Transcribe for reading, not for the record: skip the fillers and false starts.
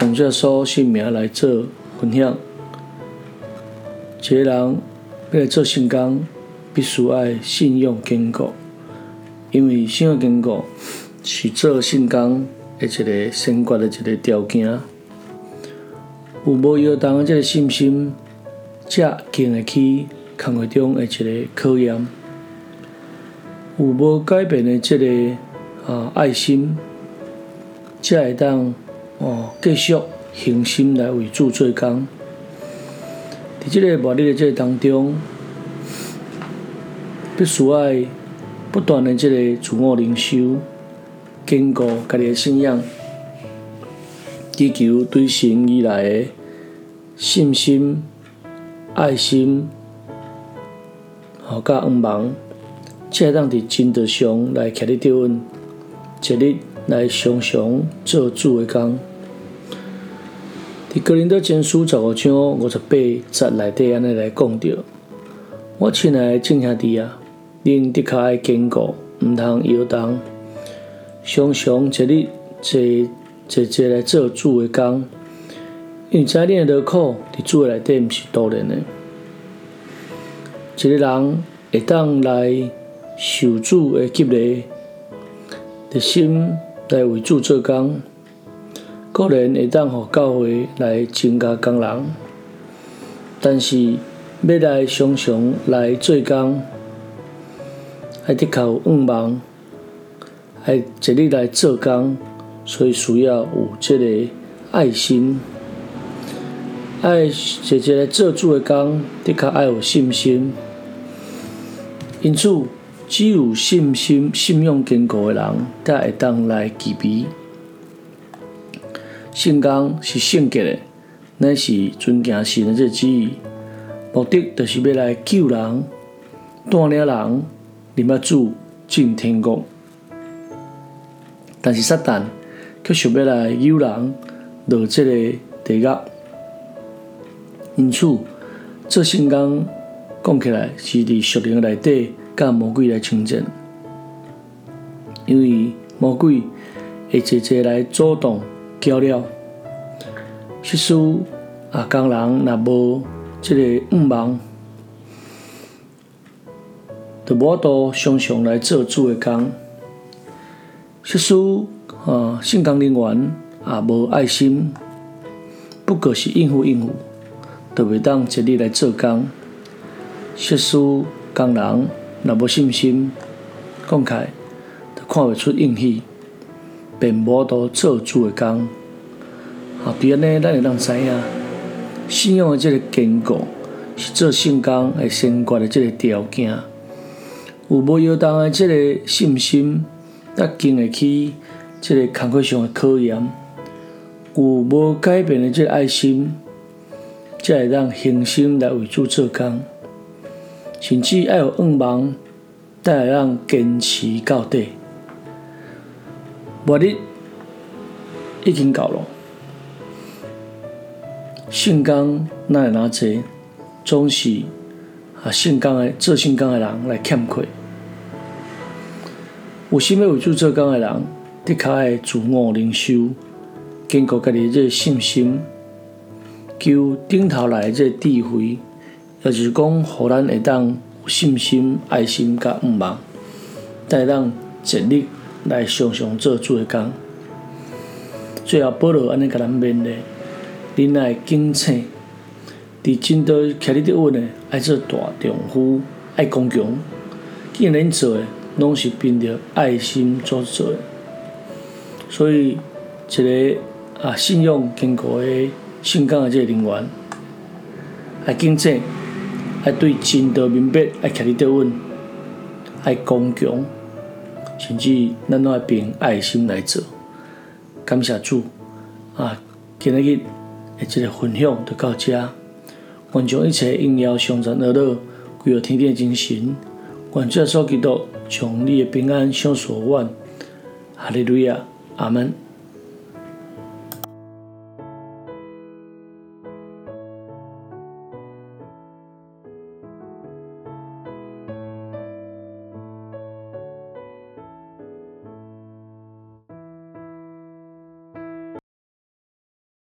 用这所性命来做分享。一个人要来做圣工，必须爱信仰坚固，因为信仰坚固是做圣工的一个先决的一个条件。有无摇动的这个信心，才经得起工课中的一个考验。有无改变的这个爱心，才会当继续恒心来为主做工。伫这个末日的这个当中，必须爱不断的这个自我灵修，坚固家己的信仰，祈求对神以来的信心、爱心，甲愿望，才会当伫真道上来徛伫得稳，一日来常常做主的工。伫哥林多前书15章58节内底安尼来讲着：我亲爱的众兄弟啊，恁的确爱坚固，毋通摇动，常常一日坐来做主的工，因为知恁的劳苦伫主的内底毋是徒然的。一个人会当来受主的激励，热心来为主做工，固然会当互教会来增加工人，但是要来常常来做工，爱的确有愿望，爱一日来做工，所以需要有这个爱心，爱一日来做主的工，的确爱有信心。因此，只有信心、信仰坚固的人，才会当来期避。圣工是圣洁的，乃是遵行神的这旨意，目的就是要来救人、带领人入啊主进天国。但是撒旦却想要来诱人落这个地狱，因此做圣工讲起来是伫属灵内底，甲魔鬼来争战，因为魔鬼会坐坐来主动搅扰。即使工人若无即个愿望，就无法度常常来做主的工。即使圣工人员也无爱心，不过是应付，就袂当一日来做工。即使工人若无信心，讲起来就看袂出应许，便无法度做主的工。对安尼，咱会当知影，信仰的这个坚固是做圣工的先决的这个条件。有无摇动的这个信心，才经得起这个工课上的考验；有无改变的这个爱心，才会当恒心来为主做工。甚至爱有愿望，才会当坚持到底。末日已经到了。圣工哪会哪济，总是做圣工的人来欠缺。有心要为主做工的人，的确爱自我灵修，坚固家己这个信心，求顶头来这个智慧，也就是讲，互咱会当有信心、爱心甲愿望，才会当一日来常常做主的工。最后，保罗安尼甲咱勉励。恁爱警醒，伫真道徛伫得稳的，爱做大丈夫，爱刚强。既然恁做的，拢是凭着爱心所做的，所以一个信仰坚固的圣工的这个人员，爱警醒，爱对真道明白，爱徛伫得稳，爱刚强，甚至咱拢爱凭爱心来做。感谢主今日的这个分享就到这，愿将一切荣耀、颂赞、乐乐归于天地的真神。愿主耶稣基督将你的平安赏赐阮。哈利路亚，阿门。